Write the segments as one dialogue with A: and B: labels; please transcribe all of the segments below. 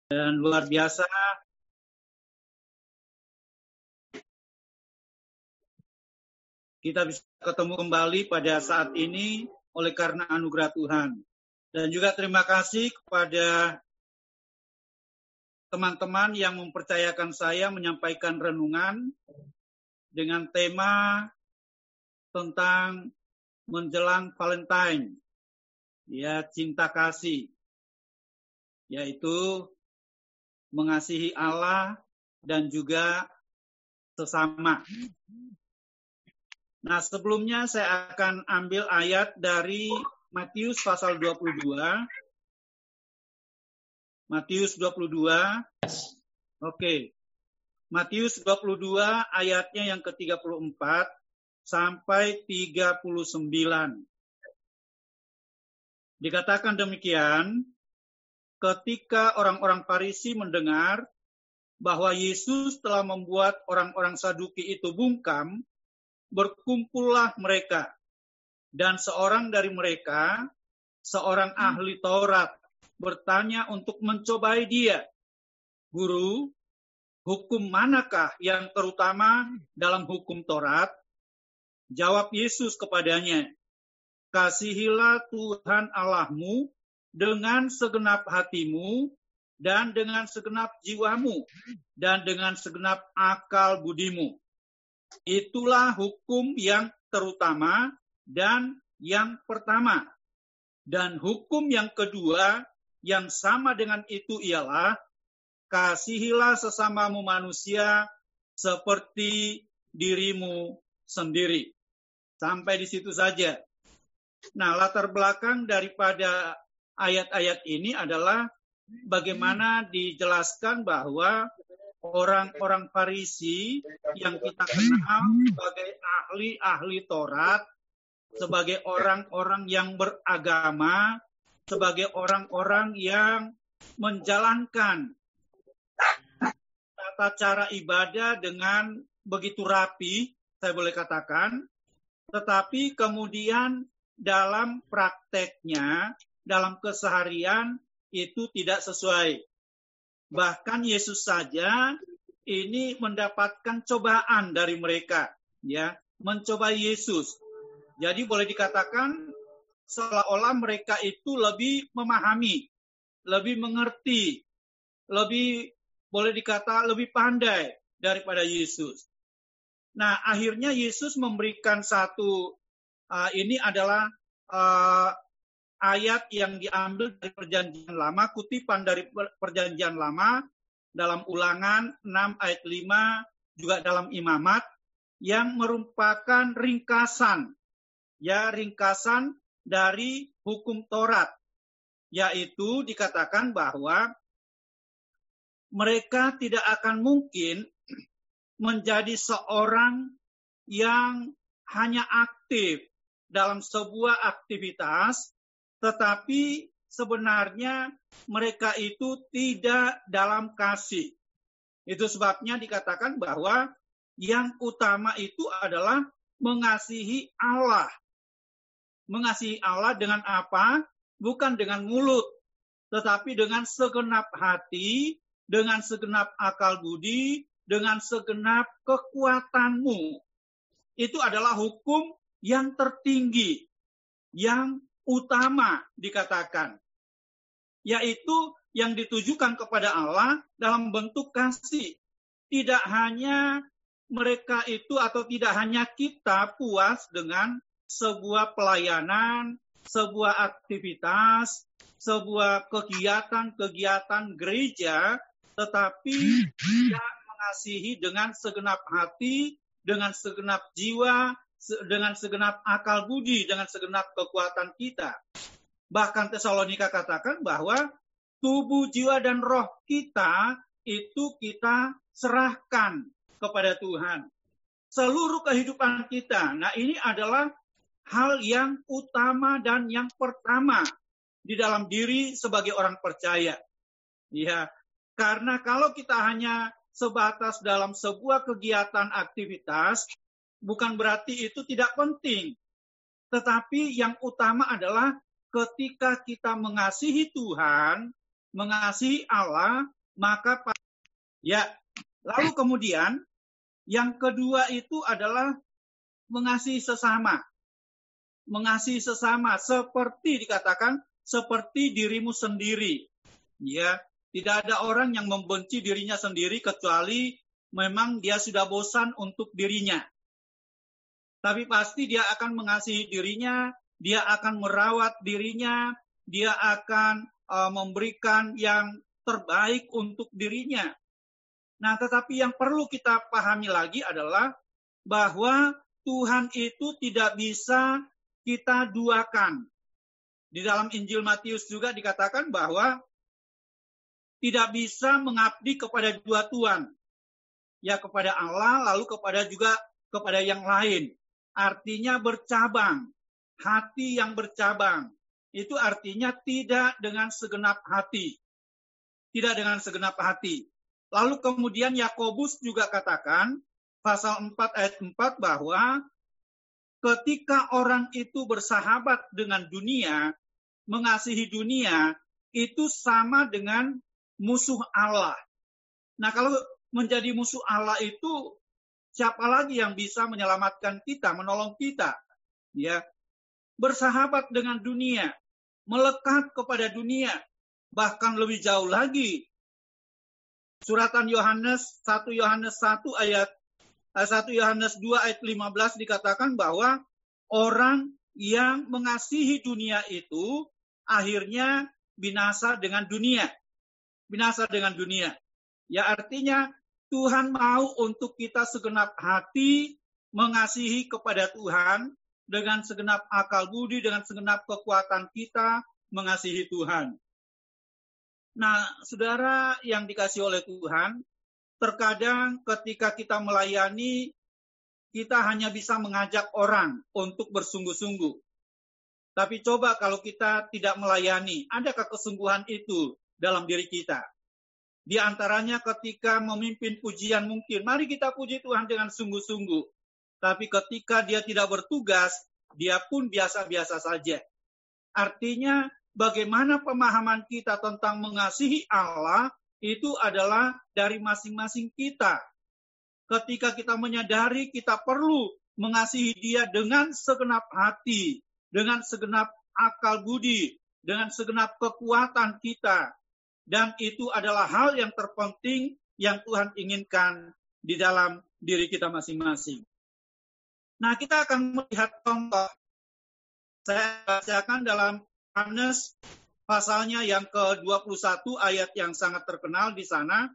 A: Dan luar biasa, kita bisa ketemu kembali pada saat ini oleh karena anugerah Tuhan. Dan juga terima kasih kepada teman-teman yang mempercayakan saya menyampaikan renungan dengan tema tentang menjelang Valentine, ya, cinta kasih, yaitu mengasihi Allah dan juga sesama. Nah, sebelumnya saya akan ambil ayat dari Matius pasal 22. Matius 22. Oke. Matius 22 ayatnya yang ke-34 sampai 39. Dikatakan demikian, ketika orang-orang Farisi mendengar bahwa Yesus telah membuat orang-orang Saduki itu bungkam, berkumpullah mereka. Dan seorang dari mereka, seorang ahli Taurat, bertanya untuk mencobai dia, "Guru, hukum manakah yang terutama dalam hukum Taurat?" Jawab Yesus kepadanya, "Kasihilah Tuhan Allahmu dengan segenap hatimu, dan dengan segenap jiwamu, dan dengan segenap akal budimu. Itulah hukum yang terutama dan yang pertama. Dan hukum yang kedua yang sama dengan itu ialah, kasihilah sesamamu manusia seperti dirimu sendiri." Sampai di situ saja. Nah, latar belakang daripada ayat-ayat ini adalah bagaimana dijelaskan bahwa orang-orang Farisi yang kita kenal sebagai ahli-ahli Taurat, sebagai orang-orang yang beragama, sebagai orang-orang yang menjalankan tata cara ibadah dengan begitu rapi, saya boleh katakan, tetapi kemudian dalam prakteknya, dalam keseharian itu tidak sesuai. Bahkan Yesus saja ini mendapatkan cobaan dari mereka, ya, mencoba Yesus. Jadi boleh dikatakan seolah-olah mereka itu lebih memahami, lebih mengerti, lebih boleh dikata lebih pandai daripada Yesus. Nah, akhirnya Yesus memberikan satu, ini adalah ayat yang diambil dari Perjanjian Lama, kutipan dari Perjanjian Lama dalam Ulangan 6 ayat 5, juga dalam Imamat, yang merupakan ringkasan, ya, ringkasan dari hukum Taurat, yaitu dikatakan bahwa mereka tidak akan mungkin menjadi seorang yang hanya aktif dalam sebuah aktivitas, tetapi sebenarnya mereka itu tidak dalam kasih. Itu sebabnya dikatakan bahwa yang utama itu adalah mengasihi Allah. Mengasihi Allah dengan apa? Bukan dengan mulut, tetapi dengan segenap hati, dengan segenap akal budi, dengan segenap kekuatanmu. Itu adalah hukum yang tertinggi, yang utama dikatakan. Yaitu yang ditujukan kepada Allah dalam bentuk kasih. Tidak hanya mereka itu atau tidak hanya kita puas dengan sebuah pelayanan, sebuah aktivitas, sebuah kegiatan-kegiatan gereja, tetapi tidak mengasihi dengan segenap hati, dengan segenap jiwa, dengan segenap akal budi, dengan segenap kekuatan kita. Bahkan Tesalonika katakan bahwa tubuh, jiwa, dan roh kita itu kita serahkan kepada Tuhan. Seluruh kehidupan kita. Nah, ini adalah hal yang utama dan yang pertama di dalam diri sebagai orang percaya. Ya, karena kalau kita hanya sebatas dalam sebuah kegiatan aktivitas, bukan berarti itu tidak penting. Tetapi yang utama adalah ketika kita mengasihi Tuhan, mengasihi Allah, maka ya. Lalu kemudian yang kedua itu adalah mengasihi sesama. Mengasihi sesama seperti dikatakan seperti dirimu sendiri. Ya, tidak ada orang yang membenci dirinya sendiri kecuali memang dia sudah bosan untuk dirinya. Tapi pasti dia akan mengasihi dirinya, dia akan merawat dirinya, dia akan memberikan yang terbaik untuk dirinya. Nah, tetapi yang perlu kita pahami lagi adalah bahwa Tuhan itu tidak bisa kita duakan. Di dalam Injil Matius juga dikatakan bahwa tidak bisa mengabdi kepada dua tuan. Ya, kepada Allah, lalu kepada yang lain. Artinya bercabang. Hati yang bercabang. Itu artinya tidak dengan segenap hati. Tidak dengan segenap hati. Lalu kemudian Yakobus juga katakan, pasal 4 ayat 4, bahwa ketika orang itu bersahabat dengan dunia, mengasihi dunia, itu sama dengan musuh Allah. Nah, kalau menjadi musuh Allah itu, siapa lagi yang bisa menyelamatkan kita, menolong kita? Ya, bersahabat dengan dunia, melekat kepada dunia, bahkan lebih jauh lagi. Suratan Yohanes 1 Yohanes 1 ayat 1 Yohanes 2 ayat 15 dikatakan bahwa orang yang mengasihi dunia itu akhirnya binasa dengan dunia. Binasa dengan dunia. Ya, artinya Tuhan mau untuk kita segenap hati mengasihi kepada Tuhan dengan segenap akal budi, dengan segenap kekuatan kita mengasihi Tuhan. Nah, saudara yang dikasihi oleh Tuhan, terkadang ketika kita melayani, kita hanya bisa mengajak orang untuk bersungguh-sungguh. Tapi coba kalau kita tidak melayani, adakah kesungguhan itu dalam diri kita? Di antaranya ketika memimpin pujian mungkin, mari kita puji Tuhan dengan sungguh-sungguh. Tapi ketika dia tidak bertugas, dia pun biasa-biasa saja. Artinya, bagaimana pemahaman kita tentang mengasihi Allah, itu adalah dari masing-masing kita. Ketika kita menyadari kita perlu mengasihi dia dengan segenap hati, dengan segenap akal budi, dengan segenap kekuatan kita. Dan itu adalah hal yang terpenting yang Tuhan inginkan di dalam diri kita masing-masing. Nah, kita akan melihat contoh. Saya bacakan dalam Yohanes pasalnya yang ke-21 ayat yang sangat terkenal di sana.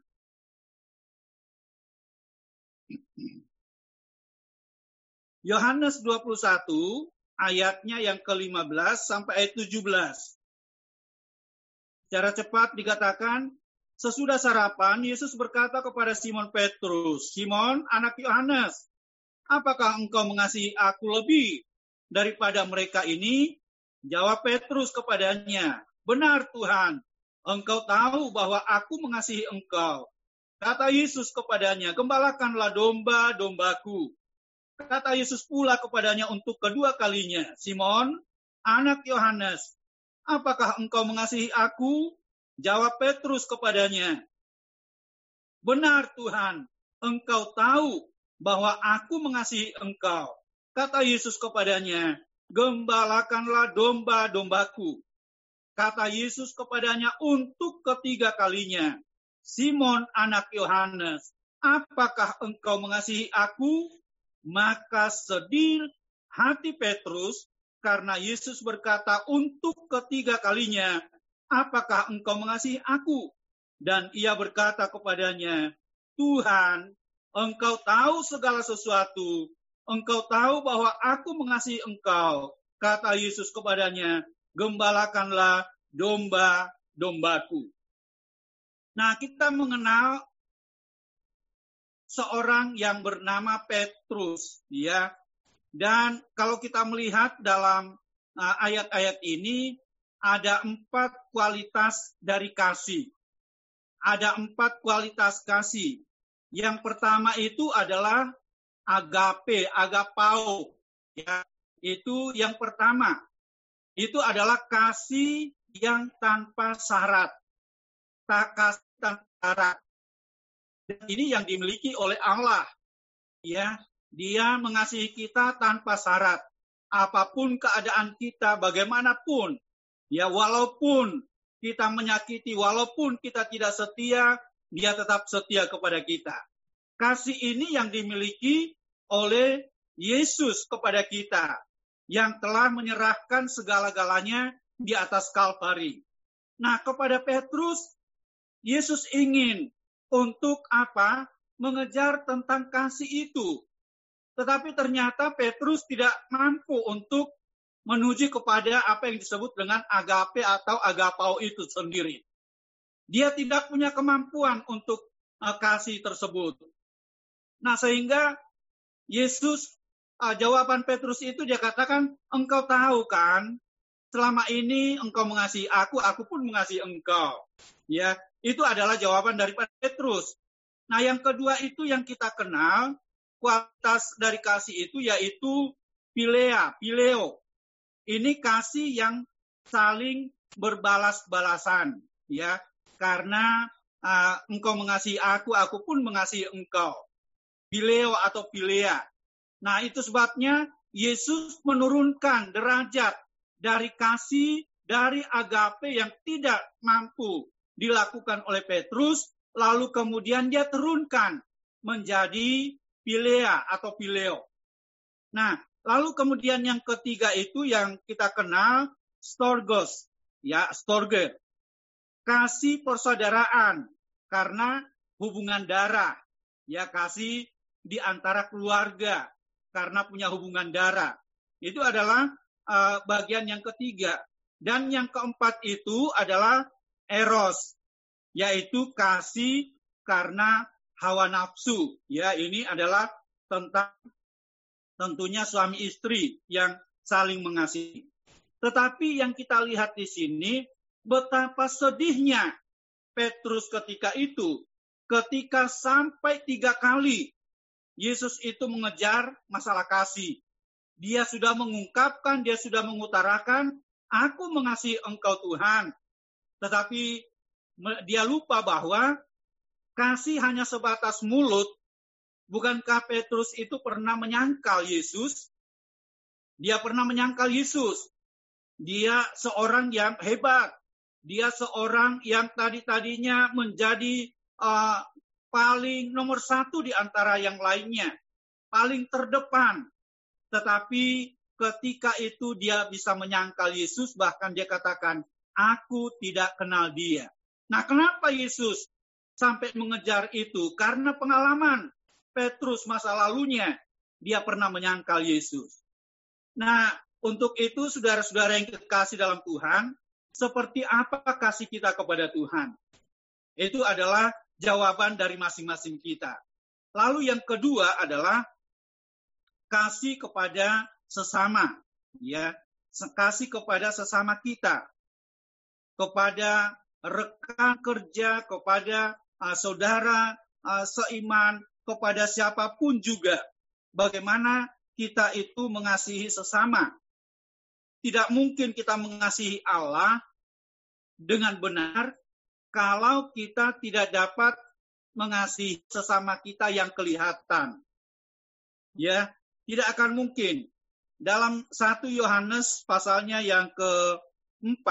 A: Yohanes 21 ayatnya yang ke-15 sampai ayat 17. Secara cepat dikatakan, sesudah sarapan, Yesus berkata kepada Simon Petrus, Simon, anak Yohanes, apakah engkau mengasihi aku lebih daripada mereka ini? Jawab Petrus kepadanya, benar Tuhan, engkau tahu bahwa aku mengasihi engkau. Kata Yesus kepadanya, gembalakanlah domba-dombaku. Kata Yesus pula kepadanya untuk kedua kalinya, Simon, anak Yohanes, apakah engkau mengasihi aku? Jawab Petrus kepadanya, benar Tuhan, engkau tahu bahwa aku mengasihi engkau. Kata Yesus kepadanya, gembalakanlah domba-dombaku. Kata Yesus kepadanya untuk ketiga kalinya, Simon anak Yohanes, apakah engkau mengasihi aku? Maka sedih hati Petrus karena Yesus berkata untuk ketiga kalinya, apakah engkau mengasihi aku? Dan ia berkata kepadanya, Tuhan, engkau tahu segala sesuatu. Engkau tahu bahwa aku mengasihi engkau. Kata Yesus kepadanya, gembalakanlah domba-dombaku. Nah, kita mengenal seorang yang bernama Petrus, ya. Dan kalau kita melihat dalam ayat-ayat ini, ada 4 kualitas dari kasih. Ada 4 kualitas kasih. Yang pertama itu adalah agape, agapao. Ya, itu yang pertama. Itu adalah kasih yang tanpa syarat. Kasih tanpa syarat. Dan ini yang dimiliki oleh Allah. Ya, Dia mengasihi kita tanpa syarat. Apapun keadaan kita, bagaimanapun, ya walaupun kita menyakiti, walaupun kita tidak setia, Dia tetap setia kepada kita. Kasih ini yang dimiliki oleh Yesus kepada kita, yang telah menyerahkan segala-galanya di atas Kalvari. Nah, kepada Petrus, Yesus ingin untuk apa? Mengejar tentang kasih itu. Tetapi ternyata Petrus tidak mampu untuk menuju kepada apa yang disebut dengan agape atau agapao itu sendiri. Dia tidak punya kemampuan untuk kasih tersebut. Nah, sehingga Yesus, jawaban Petrus itu dia katakan, engkau tahu kan, selama ini engkau mengasihi aku pun mengasihi engkau. Ya, itu adalah jawaban daripada Petrus. Nah, yang kedua itu yang kita kenal, kualitas dari kasih itu yaitu phileo. Ini kasih yang saling berbalas-balasan, ya. Karena engkau mengasihi aku pun mengasihi engkau. Phileo atau philea. Nah, itu sebabnya Yesus menurunkan derajat dari kasih, dari agape yang tidak mampu dilakukan oleh Petrus, lalu kemudian dia turunkan menjadi philea atau phileo. Nah, lalu kemudian yang ketiga itu yang kita kenal storgos, ya, storge. Kasih persaudaraan karena hubungan darah, ya, kasih di antara keluarga karena punya hubungan darah. Itu adalah bagian yang ketiga. Dan yang keempat itu adalah eros, yaitu kasih karena hawa nafsu. Ya, ini adalah tentang tentunya suami istri yang saling mengasihi. Tetapi yang kita lihat di sini, betapa sedihnya Petrus ketika itu, ketika sampai 3 kali Yesus itu mengejar masalah kasih. Dia sudah mengungkapkan, dia sudah mengutarakan, aku mengasihi engkau Tuhan. Tetapi dia lupa bahwa kasih hanya sebatas mulut. Bukankah Petrus itu pernah menyangkal Yesus? Dia pernah menyangkal Yesus. Dia seorang yang hebat. Dia seorang yang tadinya menjadi paling nomor 1 di antara yang lainnya. Paling terdepan. Tetapi ketika itu dia bisa menyangkal Yesus, bahkan dia katakan, aku tidak kenal dia. Nah, kenapa Yesus sampai mengejar itu? Karena pengalaman Petrus masa lalunya, dia pernah menyangkal Yesus. Nah, untuk itu saudara-saudara yang kekasih dalam Tuhan, seperti apa kasih kita kepada Tuhan? Itu adalah jawaban dari masing-masing kita. Lalu yang kedua adalah kasih kepada sesama, ya, kasih kepada sesama kita, kepada rekan kerja, kepada saudara seiman, kepada siapapun juga. Bagaimana kita itu mengasihi sesama. Tidak mungkin kita mengasihi Allah dengan benar kalau kita tidak dapat mengasihi sesama kita yang kelihatan. Ya, tidak akan mungkin. Dalam 1 Yohanes pasalnya yang ke-4,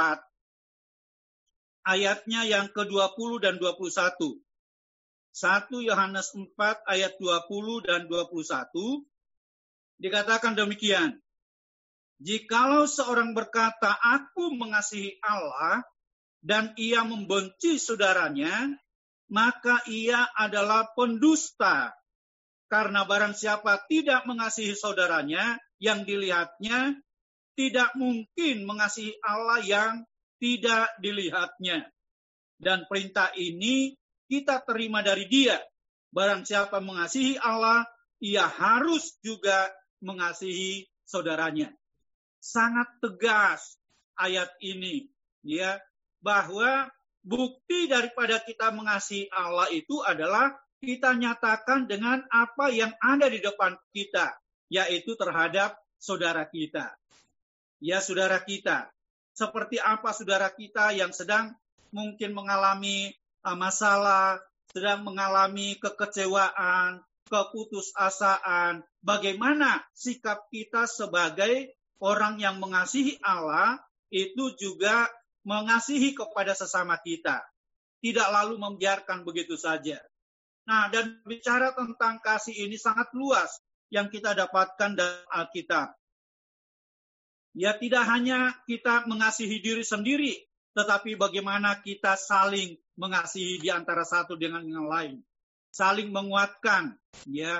A: ayatnya yang ke-20 dan 21. 1 Yohanes 4 ayat 20 dan 21, dikatakan demikian. Jikalau seorang berkata, aku mengasihi Allah, dan ia membenci saudaranya, maka ia adalah pendusta. Karena barang siapa tidak mengasihi saudaranya yang dilihatnya, tidak mungkin mengasihi Allah yang tidak dilihatnya. Dan perintah ini kita terima dari Dia. Barang siapa mengasihi Allah, ia harus juga mengasihi saudaranya. Sangat tegas ayat ini, ya, bahwa bukti daripada kita mengasihi Allah itu adalah kita nyatakan dengan apa yang ada di depan kita, yaitu terhadap saudara kita. Ya, saudara kita. Seperti apa saudara kita yang sedang mungkin mengalami masalah, sedang mengalami kekecewaan, keputusasaan, bagaimana sikap kita sebagai orang yang mengasihi Allah itu juga mengasihi kepada sesama kita. Tidak lalu membiarkan begitu saja. Nah, dan bicara tentang kasih ini sangat luas yang kita dapatkan dalam Alkitab. Ya, tidak hanya kita mengasihi diri sendiri, tetapi bagaimana kita saling mengasihi di antara satu dengan yang lain. Saling menguatkan, ya.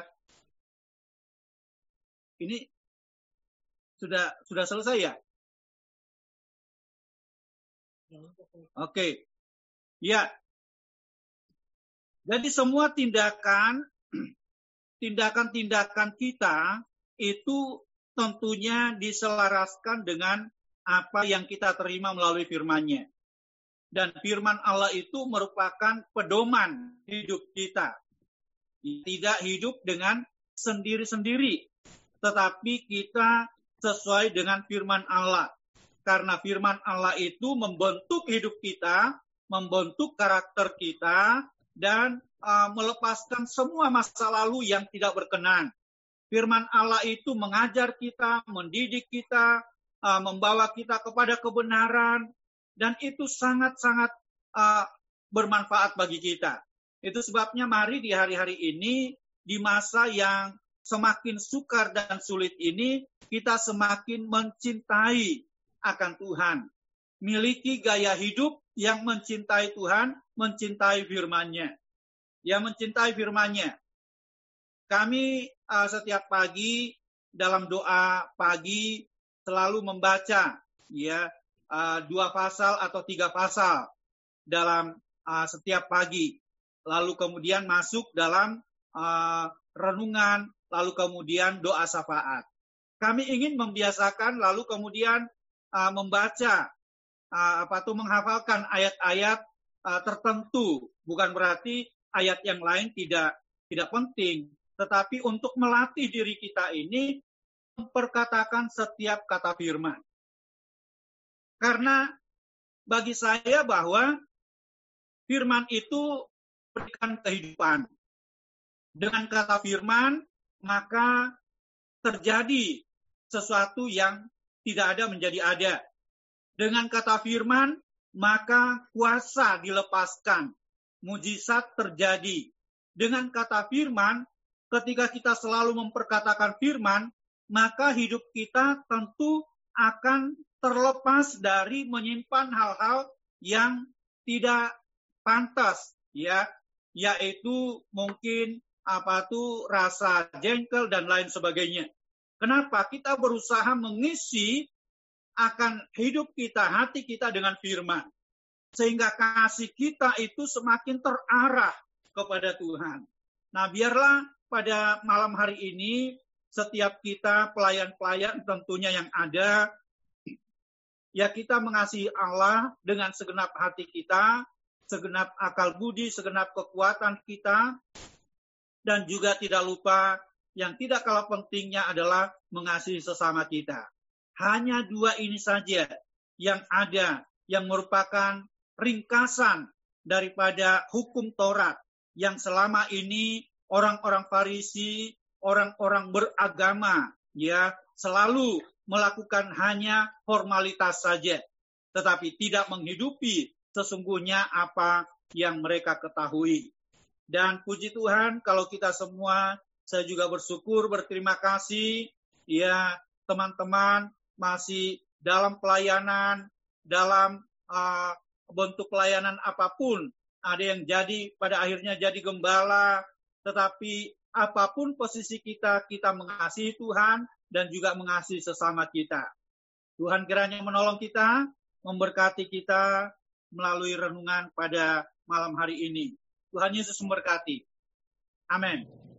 A: Ini sudah selesai ya? Oke. Ya. Jadi semua tindakan kita itu tentunya diselaraskan dengan apa yang kita terima melalui firman-Nya. Dan firman Allah itu merupakan pedoman hidup kita. Tidak hidup dengan sendiri-sendiri, tetapi kita sesuai dengan firman Allah. Karena firman Allah itu membentuk hidup kita, membentuk karakter kita, dan melepaskan semua masa lalu yang tidak berkenan. Firman Allah itu mengajar kita, mendidik kita, membawa kita kepada kebenaran, dan itu sangat-sangat bermanfaat bagi kita. Itu sebabnya mari di hari-hari ini, di masa yang semakin sukar dan sulit ini, kita semakin mencintai akan Tuhan. Miliki gaya hidup yang mencintai Tuhan, mencintai firman-Nya. Ya, mencintai firman-Nya. Kami setiap pagi dalam doa pagi selalu membaca ya 2 pasal atau 3 pasal dalam setiap pagi. Lalu kemudian masuk dalam renungan, lalu kemudian doa syafaat. Kami ingin membiasakan lalu kemudian membaca menghafalkan ayat-ayat tertentu. Bukan berarti ayat yang lain tidak penting, tetapi untuk melatih diri kita ini memperkatakan setiap kata firman. Karena bagi saya bahwa firman itu berikan kehidupan. Dengan kata firman, maka terjadi sesuatu yang tidak ada menjadi ada. Dengan kata firman, maka kuasa dilepaskan. Mujizat terjadi. Dengan kata firman, ketika kita selalu memperkatakan firman, maka hidup kita tentu akan terlepas dari menyimpan hal-hal yang tidak pantas, ya, yaitu mungkin rasa jengkel dan lain sebagainya. Kenapa? Kita berusaha mengisi akan hidup kita, hati kita dengan firman. Sehingga kasih kita itu semakin terarah kepada Tuhan. Nah, biarlah pada malam hari ini, setiap kita pelayan-pelayan tentunya yang ada, ya kita mengasihi Allah dengan segenap hati kita, segenap akal budi, segenap kekuatan kita, dan juga tidak lupa yang tidak kalah pentingnya adalah mengasihi sesama kita. Hanya 2 ini saja yang ada, yang merupakan ringkasan daripada hukum Taurat yang selama ini orang-orang Farisi, orang-orang beragama, ya selalu melakukan hanya formalitas saja, tetapi tidak menghidupi sesungguhnya apa yang mereka ketahui. Dan puji Tuhan, kalau kita semua, saya juga bersyukur, berterima kasih, ya teman-teman masih dalam pelayanan, dalam bentuk pelayanan apapun. Ada yang pada akhirnya jadi gembala, tetapi apapun posisi kita mengasihi Tuhan dan juga mengasihi sesama kita. Tuhan kiranya menolong kita, memberkati kita melalui renungan pada malam hari ini. Tuhan Yesus memberkati. Amin.